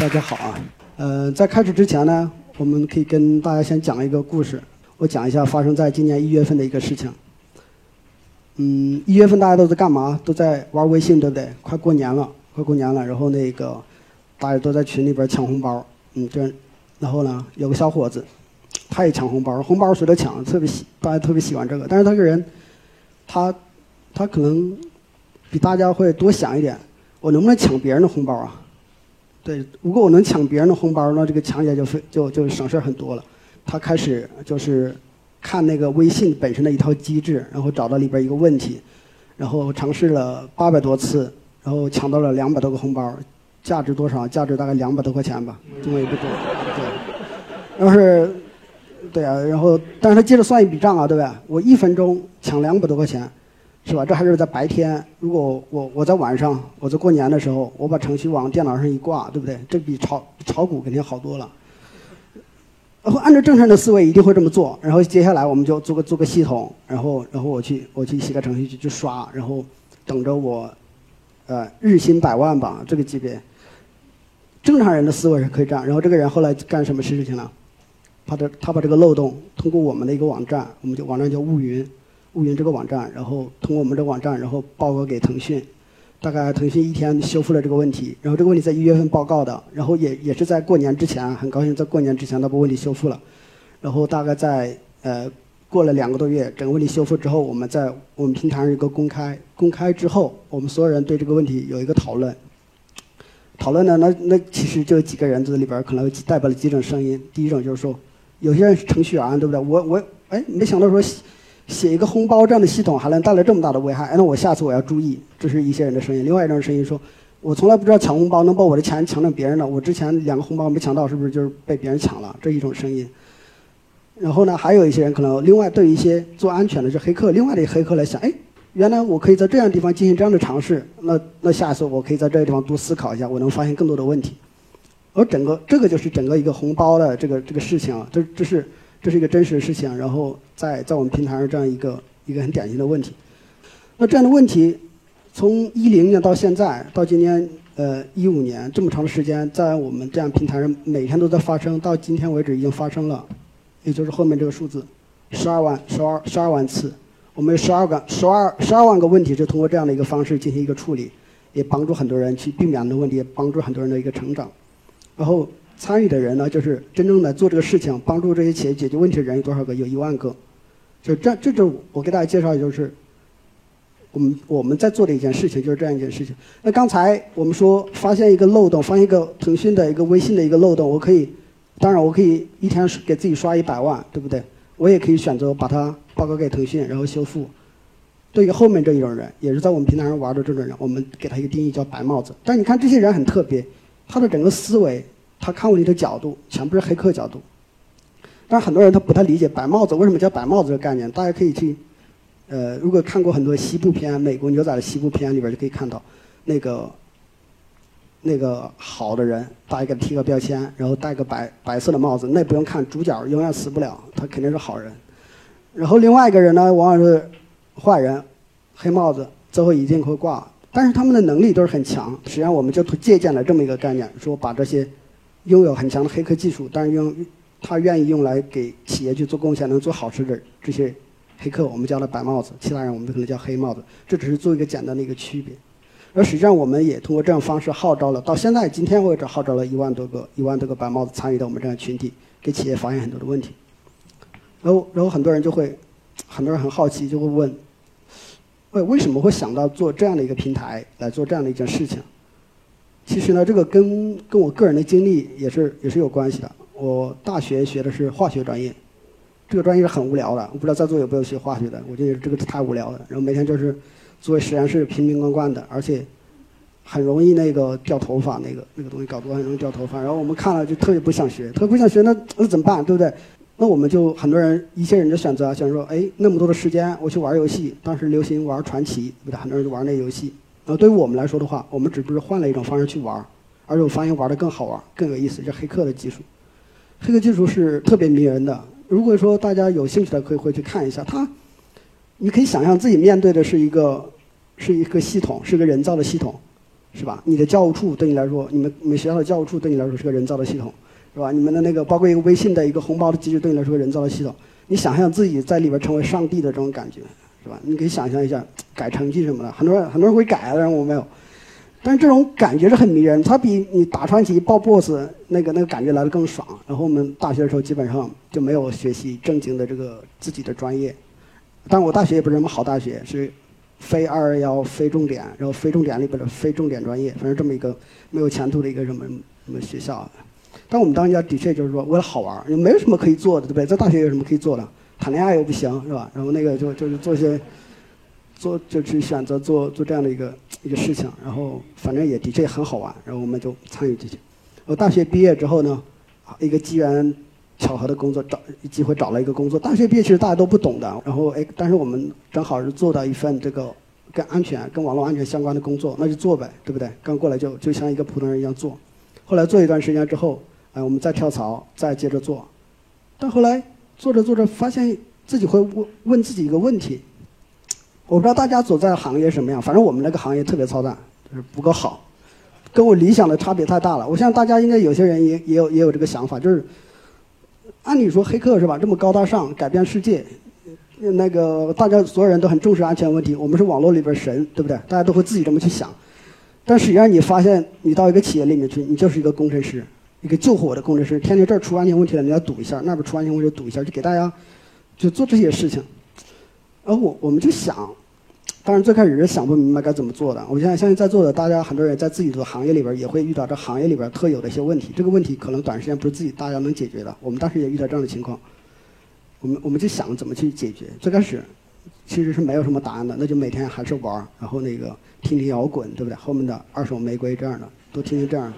大家好啊。在开始之前呢，我们可以跟大家先讲一个故事。我讲一下发生在今年1月份的一个事情。1月份大家都在干嘛？都在玩微信，对不对？快过年了，然后大家都在群里边抢红包，然后呢，有个小伙子，他也抢红包，红包谁都抢，大家特别喜欢这个。但是他这个人，他可能比大家会多想一点，我能不能抢别人的红包啊？对，如果我能抢别人的红包，那这个抢起来就省事很多了。他开始就是看那个微信本身的一套机制，然后找到里边一个问题，然后尝试了800多次，然后抢到了200多个红包，价值多少？价值大概200多块钱吧，中国也不多。对，然后但是他接着算一笔账啊，对吧？我1分钟抢200多块钱，是吧？这还是在白天。如果我在晚上，我在过年的时候，我把程序往电脑上一挂，对不对？这比炒股肯定好多了。然后按照正常的思维一定会这么做。然后接下来我们就做个系统，然后我去写个程序去刷，然后等着我，日薪100万吧，这个级别。正常人的思维是可以这样。然后这个人后来干什么事情呢？他把这个漏洞通过我们的一个网站，我们网站叫雾云这个网站，然后通过我们这个网站，然后报告给腾讯，大概腾讯1天修复了这个问题，然后这个问题在1月份报告的，然后也是在过年之前，很高兴在过年之前他把问题修复了，然后大概在过了2个多月，整个问题修复之后，我们在我们平台上有一个公开之后，我们所有人对这个问题有一个讨论呢，那其实就有几个人在里边可能代表了几种声音。第一种就是说，有些人是程序员，对不对？我没想到说写一个红包这样的系统还能带来这么大的危害，那我下次我要注意。这是一些人的声音。另外一种声音说，我从来不知道抢红包能把我的钱抢成别人的，我之前2个红包没抢到，是不是就是被别人抢了？这一种声音。然后呢，还有一些人可能另外对于一些做安全的是黑客，另外的黑客来想，原来我可以在这样的地方进行这样的尝试，那下一次我可以在这个地方多思考一下，我能发现更多的问题。而这个就是整个一个红包的这个事情啊，这是一个真实的事情，然后在我们平台上这样一个很典型的问题。那这样的问题，从10年到现在，到今年15年这么长的时间，在我们这样平台上每天都在发生，到今天为止已经发生了，也就是后面这个数字，12万次。我们有12万个问题是通过这样的一个方式进行一个处理，也帮助很多人去避免的问题，也帮助很多人的一个成长。然后参与的人呢，就是真正的做这个事情，帮助这些企业解决问题的人有多少个？有1万个。这就我给大家介绍，就是我们在做的一件事情，就是这样一件事情。那刚才我们说发现一个漏洞，发现一个腾讯的一个微信的一个漏洞，当然我可以1天给自己刷100万，对不对？我也可以选择把它报告给腾讯，然后修复。对于后面这一种人，也是在我们平台上玩的这种人，我们给他一个定义叫白帽子。但你看这些人很特别，他的整个思维，他看问题的角度全部是黑客角度。但是很多人他不太理解白帽子为什么叫白帽子这个概念。大家可以去，如果看过很多西部片，美国牛仔的西部片里边就可以看到，那个好的人，大家给他贴个标签，然后戴个白色的帽子，那不用看，主角永远死不了，他肯定是好人。然后另外一个人呢，往往是坏人，黑帽子，最后一定会挂。但是他们的能力都是很强。实际上我们就借鉴了这么一个概念，说把这些拥有很强的黑客技术，但是他愿意用来给企业去做贡献，能做好事的这些黑客，我们叫他白帽子，其他人我们可能叫黑帽子。这只是做一个简单的一个区别。而实际上我们也通过这种方式号召了，到现在今天为止号召了1万多个白帽子参与到我们这样的群体，给企业发现很多的问题。然后很多人很好奇，就会问，为什么会想到做这样的一个平台来做这样的一件事情？其实呢，这个跟我个人的经历也是有关系的。我大学学的是化学专业，这个专业是很无聊的，我不知道在座有没有学化学的，我觉得这个太无聊了。然后每天就是作为实验室瓶瓶罐罐的，而且很容易掉头发，那个东西搞多很容易掉头发。然后我们看了就特别不想学，那怎么办，对不对？那我们就很多人，一些人就选择想说，那么多的时间我去玩游戏，当时流行玩传奇，对不对？很多人就玩那个游戏。对于我们来说的话，我们只不是换了一种方式去玩，而且我发现玩得更好玩、更有意思，这黑客的技术。黑客技术是特别迷人的。如果说大家有兴趣的，可以回去看一下。你可以想象自己面对的是一个系统，是个人造的系统， 是吧？你的教务处对你来说，你们学校的教务处对你来说是个人造的系统，是吧？你们的那个包括一个微信的一个红包的机制对你来说是人造的系统。你想象自己在里边成为上帝的这种感觉，是吧？你可以想象一下改成绩什么的，很多人会改，但是我没有。但是这种感觉是很迷人，它比你打传奇爆 boss 那个感觉来的更爽。然后我们大学的时候基本上就没有学习正经的这个自己的专业，但我大学也不是什么好大学，是非221非重点，然后非重点里边的非重点专业，反正这么一个没有前途的一个什么学校。但我们当家的确就是说为了好玩，也没有什么可以做的，对不对？在大学有什么可以做的？谈恋爱又不行，是吧？然后那个就是做些。就去选择做这样的一个事情，然后反正也的确很好玩，然后我们就参与进去。我大学毕业之后呢，一个机缘巧合的工作机会找了一个工作。大学毕业其实大家都不懂的，然后但是我们正好是做到一份这个跟安全、跟网络安全相关的工作，那就做呗，对不对？刚过来就像一个普通人一样做。后来做一段时间之后，我们再跳槽，再接着做。但后来做着发现自己会问自己一个问题。我不知道大家所在的行业什么样，反正我们那个行业特别操蛋，就是不够好，跟我理想的差别太大了。我想大家应该有些人也有这个想法，就是按理说黑客是吧，这么高大上，改变世界，那个大家所有人都很重视安全问题，我们是网络里边神，对不对？大家都会自己这么去想。但实际上你发现，你到一个企业里面去，你就是一个工程师，一个救火的工程师，天天这儿出安全问题了，你要堵一下，那边出安全问题堵一下，就给大家就做这些事情。然后我们就想，当然最开始是想不明白该怎么做的。我相信在座的大家很多人在自己的行业里边也会遇到这行业里边特有的一些问题。这个问题可能短时间不是自己大家能解决的。我们当时也遇到这样的情况，我们就想怎么去解决。最开始其实是没有什么答案的，那就每天还是玩，然后那个听听摇滚，对不对？后面的二手玫瑰这样的都听听这样的。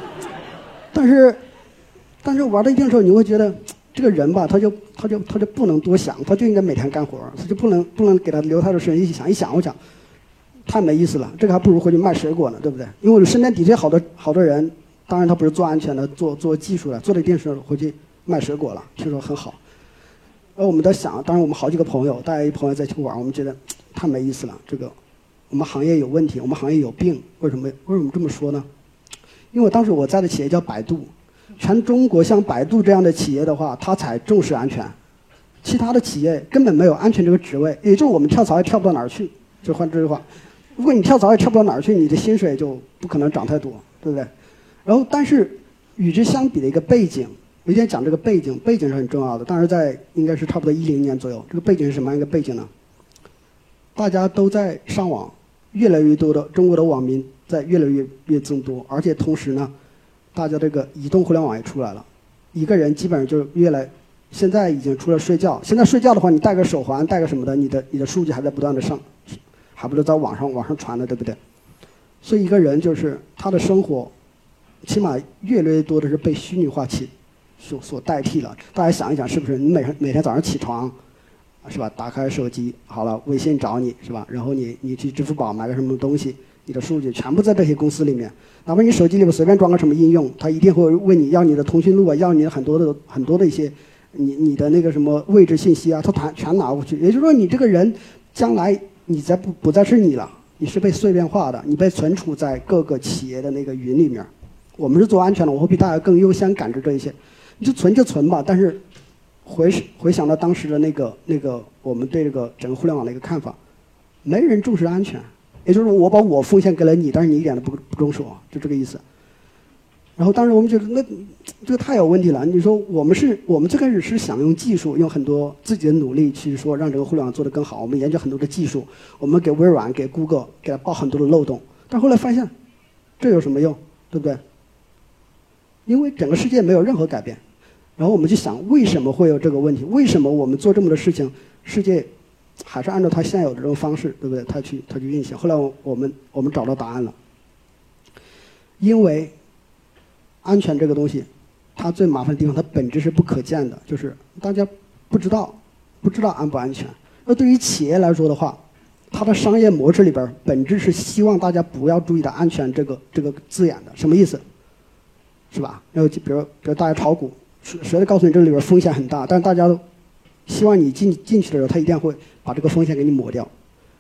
但是玩到一定时候，你会觉得。这个人吧，他就不能多想，他就应该每天干活，他就不能给他留太多时间一起想。一想，我想太没意思了，这个还不如回去卖水果呢，对不对？因为我身边的确好多人，当然他不是做安全的，做技术的，做了一定时候回去卖水果了，听说很好。而我们在想，当然我们好几个朋友，带一朋友在一起玩，我们觉得太没意思了，这个我们行业有问题，我们行业有病。为什么这么说呢？因为当时我在的企业叫百度。全中国像百度这样的企业的话，它才重视安全，其他的企业根本没有安全这个职位，也就是我们跳槽也跳不到哪儿去。就换这句话，如果你跳槽也跳不到哪儿去，你的薪水就不可能涨太多，对不对？然后，但是与之相比的一个背景，我今天讲这个背景是很重要的。当然，在应该是差不多10年左右，这个背景是什么样一个背景呢？大家都在上网，越来越多的中国的网民在越来越增多，而且同时呢。大家这个移动互联网也出来了，一个人基本上就现在已经除了睡觉，现在睡觉的话，你戴个手环，戴个什么的，你的数据还在不断的上，还不是在网上传的，对不对？所以一个人就是他的生活，起码越来越多的是被虚拟化所代替了。大家想一想，是不是？你每天早上起床，是吧？打开手机，好了，微信找你是吧？然后你去支付宝买个什么东西。你的数据全部在这些公司里面，哪怕你手机里面随便装个什么应用，它一定会问你要你的通讯录啊，要你很多的一些你的那个什么位置信息啊，它全拿过去。也就是说，你这个人将来你不再是你了，你是被碎片化的，你被存储在各个企业的那个云里面。我们是做安全的，我会比大家更优先感知这一些。你就存吧，但是回想到当时的那个我们对这个整个互联网的一个看法，没人重视安全。也就是我把我奉献给了你，但是你一点都不重视我，就这个意思。然后当时我们觉得这个太有问题了。你说我们最开始是想用技术，用很多自己的努力去说让这个互联网做得更好。我们研究很多的技术，我们给微软、给 Google 给它报很多的漏洞，但后来发现这有什么用，对不对？因为整个世界没有任何改变。然后我们就想，为什么会有这个问题？为什么我们做这么多事情，世界还是按照它现有的这种方式，对不对？它去运行。后来我们找到答案了，因为安全这个东西，它最麻烦的地方，它本质是不可见的，就是大家不知道安不安全。那对于企业来说的话，它的商业模式里边本质是希望大家不要注意到安全这个字眼的，什么意思？是吧？然后比如大家炒股，谁都告诉你这里边风险很大，但是大家都希望你进去的时候，他一定会把这个风险给你抹掉。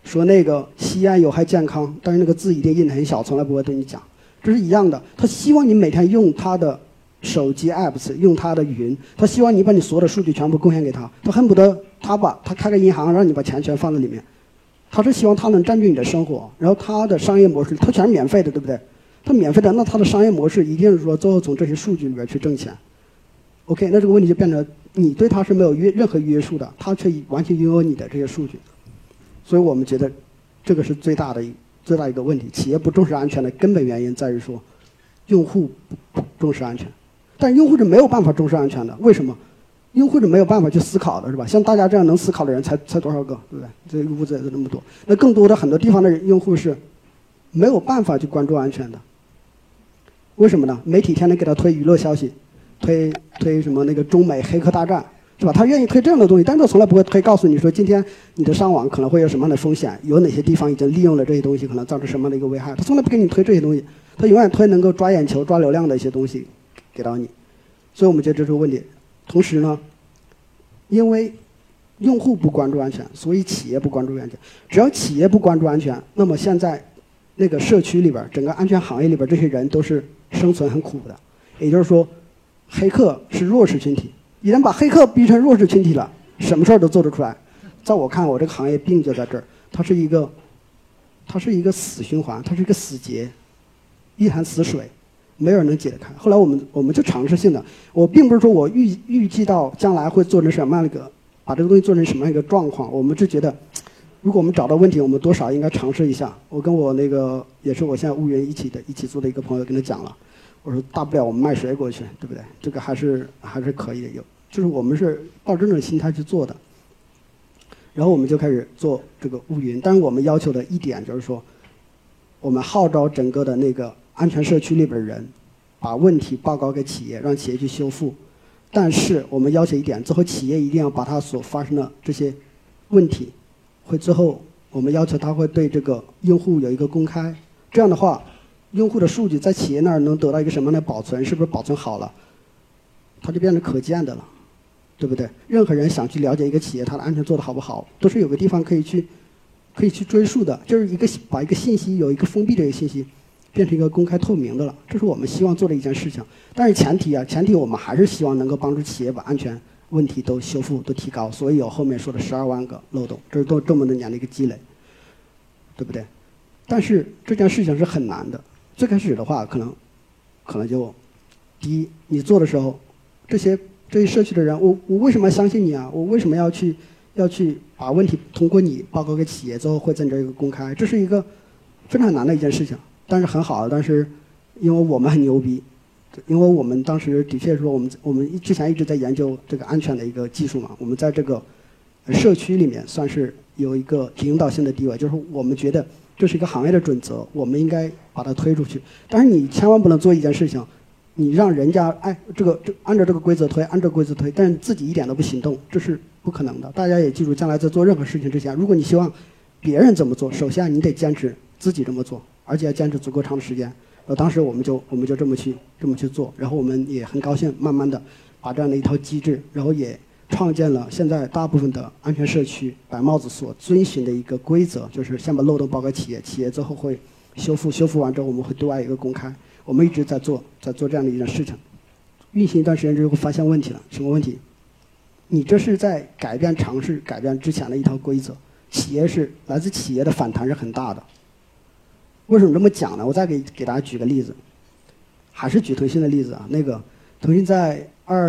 说那个吸烟有害健康，但是那个字一定印得很小，从来不会对你讲。这是一样的，他希望你每天用他的手机 apps， 用他的云，他希望你把你所有的数据全部贡献给他，他恨不得他开个银行，让你把钱全放在里面，他是希望他能占据你的生活，然后他的商业模式，他全是免费的，对不对？他免费的，那他的商业模式一定是说最后从这些数据里边去挣钱。OK， 那这个问题就变成你对他是没有任何约束的，他却完全拥有你的这些数据，所以我们觉得这个是最大一个问题。企业不重视安全的根本原因在于说，用户不重视安全，但用户是没有办法重视安全的，为什么？用户是没有办法去思考的，是吧？像大家这样能思考的人才多少个，对不对？这个屋子也是那么多，那更多的很多地方的用户是没有办法去关注安全的。为什么呢？媒体天天给他推娱乐消息，推什么那个中美黑客大战，是吧？他愿意推这样的东西，但是他从来不会推告诉你说今天你的上网可能会有什么样的风险，有哪些地方已经利用了这些东西，可能造成什么样的一个危害。他从来不给你推这些东西，他永远推能够抓眼球、抓流量的一些东西给到你。所以我们觉得这是个问题。同时呢，因为用户不关注安全，所以企业不关注安全。只要企业不关注安全，那么现在那个社区里边，整个安全行业里边，这些人都是生存很苦的。也就是说，黑客是弱势群体，一旦把黑客逼成弱势群体了，什么事儿都做得出来。在我看，我这个行业病就在这儿，它是一个死循环，它是一个死结，一潭死水。没有人能解得开。后来我们就尝试性的，我并不是说我预计到将来会做成什么样的一个，把这个东西做成什么样一个状况。我们就觉得，如果我们找到问题，我们多少应该尝试一下。我跟我那个也是我现在乌云一起做的一个朋友跟他讲了，我说大不了我们卖水果去，对不对？这个还是可以的，就是我们是抱这种心态去做的。然后我们就开始做这个乌云，但是我们要求的一点就是说，我们号召整个的那个安全社区里边的人，把问题报告给企业，让企业去修复。但是我们要求一点，最后企业一定要把它所发生的这些问题，最后我们要求他会对这个用户有一个公开。这样的话，用户的数据在企业那儿能得到一个什么样的保存？是不是保存好了，它就变成可见的了，对不对？任何人想去了解一个企业它的安全做得好不好，都是有个地方可以去追溯的，就是把一个信息有一个封闭的一个信息。变成一个公开透明的了，这是我们希望做的一件事情。但是前提我们还是希望能够帮助企业把安全问题都修复、都提高，所以有后面说的12万个漏洞，这是这么多年的一个积累，对不对？但是这件事情是很难的。最开始的话，可能就，第一，你做的时候，这些社区的人，我为什么要相信你啊？我为什么要去把问题通过你报告给企业，最后会在这个公开？这是一个非常难的一件事情。但是很好，但是因为我们很牛逼，因为我们当时的确说我们之前一直在研究这个安全的一个技术嘛，我们在这个社区里面算是有一个领导性的地位，就是我们觉得这是一个行业的准则，我们应该把它推出去。但是你千万不能做一件事情，你让人家按照这个规则推，按这个规则推，但是自己一点都不行动，这是不可能的。大家也记住，将来在做任何事情之前，如果你希望别人怎么做，首先你得坚持自己这么做。而且要坚持足够长的时间，当时我们就这么去做，然后我们也很高兴，慢慢的把这样的一套机制，然后也创建了现在大部分的安全社区白帽子所遵循的一个规则，就是先把漏洞报给企业，企业最后会修复完之后，我们会对外一个公开。我们一直在做这样的一件事情，运行一段时间之后会发现问题了。什么问题？你这是在尝试改变之前的一套规则，来自企业的反弹是很大的。为什么这么讲呢？我再给大家举个例子，还是举腾讯的例子啊。那个腾讯在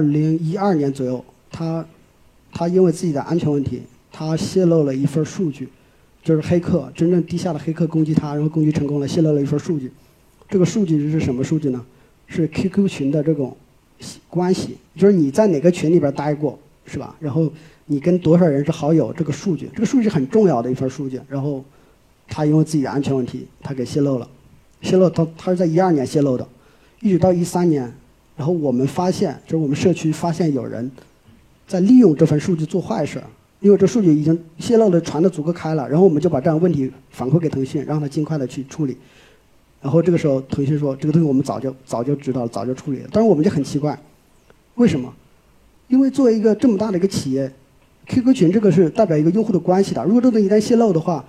2012年左右，他因为自己的安全问题，他泄露了一份数据，就是真正地下的黑客攻击他，然后攻击成功了，泄露了一份数据。这个数据是什么数据呢？是 QQ 群的这种关系，就是你在哪个群里边待过，是吧？然后你跟多少人是好友，这个数据很重要的一份数据。然后他因为自己的安全问题，他给泄露了，他是在12年泄露的，一直到13年，然后我们社区发现有人在利用这份数据做坏事，因为这数据已经泄露的传的足够开了，然后我们就把这样的问题反馈给腾讯，让他尽快的去处理。然后这个时候腾讯说这个东西我们早就知道了，早就处理了。但是我们就很奇怪，为什么？因为作为一个这么大的一个企业，QQ 群这个是代表一个用户的关系的，如果这个东西一旦泄露的话，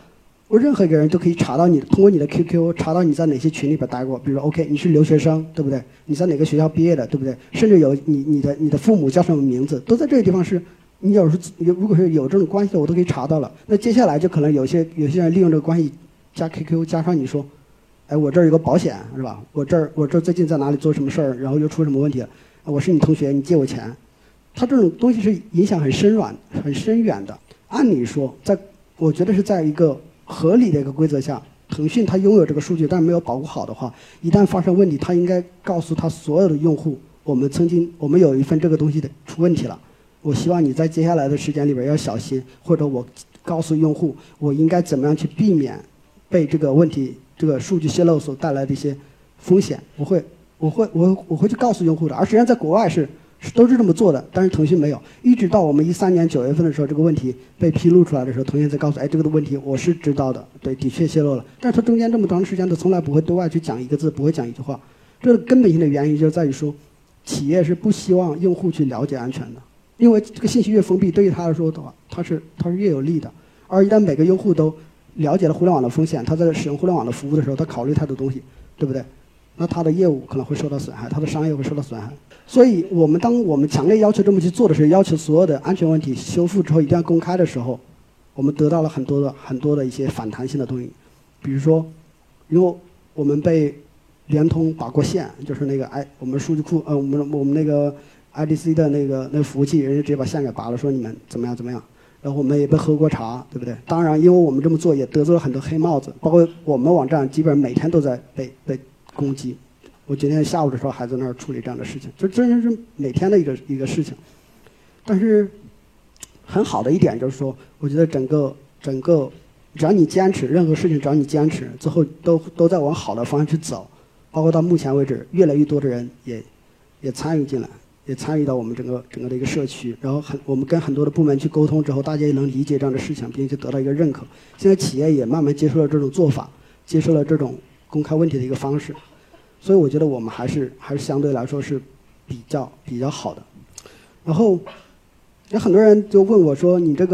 我任何一个人都可以查到你，通过你的 QQ 查到你在哪些群里边待过，比如说 OK 你是留学生，对不对？你在哪个学校毕业的，对不对？甚至有你的父母叫什么名字，都在这个地方是，你有时如果是有这种关系的，我都可以查到了。那接下来就可能有些人利用这个关系加 QQ 加上你说，哎，我这儿有个保险是吧？我这儿最近在哪里做什么事儿，然后又出什么问题了？我是你同学，你借我钱。他这种东西是影响很深远的。按理说，我觉得是在一个合理的一个规则下，腾讯它拥有这个数据，但是没有保护好的话，一旦发生问题，它应该告诉它所有的用户，我们有一份这个东西的出问题了，我希望你在接下来的时间里边要小心，或者我告诉用户，我应该怎么样去避免被这个问题、这个数据泄露所带来的一些风险，我会去告诉用户的。而实际上在国外都是这么做的，但是腾讯没有。一直到我们13年9月份的时候，这个问题被披露出来的时候，腾讯才告诉，哎，这个问题我是知道的，对，的确泄露了。但是它中间这么长时间，它从来不会对外去讲一个字，不会讲一句话。这个根本性的原因就在于说，企业是不希望用户去了解安全的，因为这个信息越封闭，对于他来说的话，它是越有利的。而一旦每个用户都了解了互联网的风险，他在使用互联网的服务的时候，他考虑太多东西，对不对？那他的业务可能会受到损害，他的商业会受到损害。所以当我们强烈要求这么去做的时候，要求所有的安全问题修复之后一定要公开的时候，我们得到了很多的一些反弹性的东西。比如说，因为我们被联通拔过线，就是那个我们数据库我们那个 IDC 的那个服务器，人家直接把线给拔了，说你们怎么样。然后我们也被喝过茶，对不对？当然，因为我们这么做也得罪了很多黑帽子，包括我们网站基本上每天都在被攻击。我今天下午的时候还在那儿处理这样的事情，就真是每天的一个事情。但是很好的一点就是说，我觉得整个只要你坚持，任何事情只要你坚持，最后都在往好的方向去走。包括到目前为止，越来越多的人也参与进来，也参与到我们整个的一个社区。然后我们跟很多的部门去沟通之后，大家也能理解这样的事情，并且得到一个认可。现在企业也慢慢接受了这种做法，接受了这种公开问题的一个方式。所以我觉得我们还是相对来说是比较好的。然后有很多人就问我说：“你这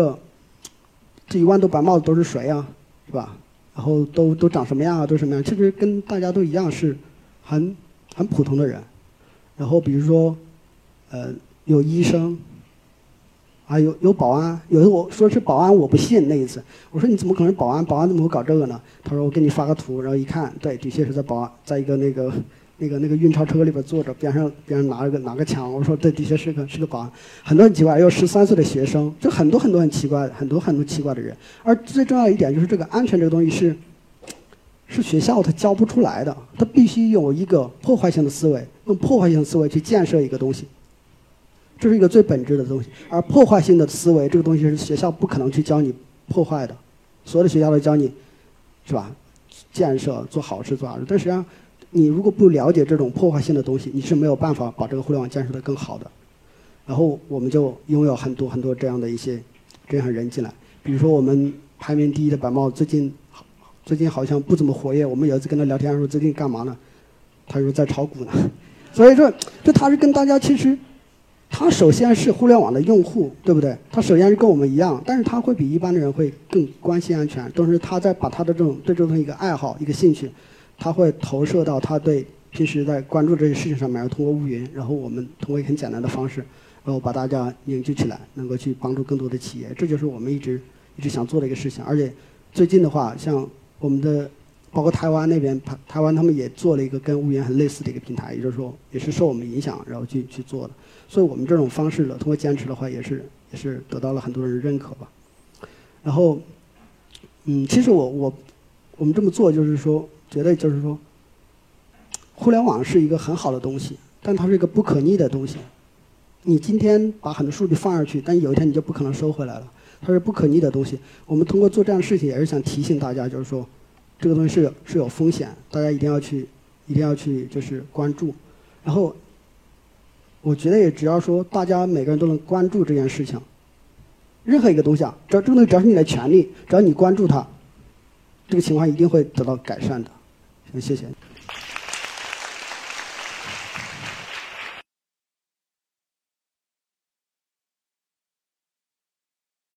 1万多白帽子都是谁啊？是吧？然后都长什么样啊？都什么样？”其实跟大家都一样，是很普通的人。然后比如说，有医生，啊有保安，有的我说是保安，我不信那一次。我说你怎么可能是保安？保安怎么会搞这个呢？他说我给你发个图，然后一看，对，的确是在一个那个运钞车里边坐着，边上拿个枪。我说对，的确是个保安。很多很奇怪，有13岁的学生，就很多很奇怪的，很多奇怪的人。而最重要的一点就是这个安全这个东西是学校它教不出来的，它必须有一个破坏性的思维，用破坏性的思维去建设一个东西。这是一个最本质的东西，而破坏性的思维这个东西是学校不可能去教你破坏的，所有的学校都教你，是吧？建设做好事。但实际上，你如果不了解这种破坏性的东西，你是没有办法把这个互联网建设得更好的。然后我们就拥有很多这样的人进来，比如说我们排名第1的白帽子最近好像不怎么活跃。我们有一次跟他聊天说最近干嘛呢？他说在炒股呢。所以说，这他是跟大家其实。他首先是互联网的用户，对不对？他首先是跟我们一样，但是他会比一般的人会更关心安全。同时，他在把他的对这种一个爱好、一个兴趣，他会投射到他对平时在关注这些事情上面，通过乌云，然后我们通过一个很简单的方式，然后把大家凝聚起来，能够去帮助更多的企业。这就是我们一直想做的一个事情。而且最近的话，像我们的包括台湾那边，台湾他们也做了一个跟乌云很类似的一个平台，也就是说也是受我们影响，然后去做的。所以我们这种方式的通过坚持的话，也是得到了很多人的认可吧。然后，其实我们这么做就是说，觉得就是说，互联网是一个很好的东西，但它是一个不可逆的东西。你今天把很多数据放上去，但有一天你就不可能收回来了，它是不可逆的东西。我们通过做这样的事情，也是想提醒大家，就是说，这个东西是有风险，大家一定要去就是关注。然后。我觉得也只要说大家每个人都能关注这件事情，任何一个东西啊，这个东西只要是你的权利，只要你关注它，这个情况一定会得到改善的。谢谢。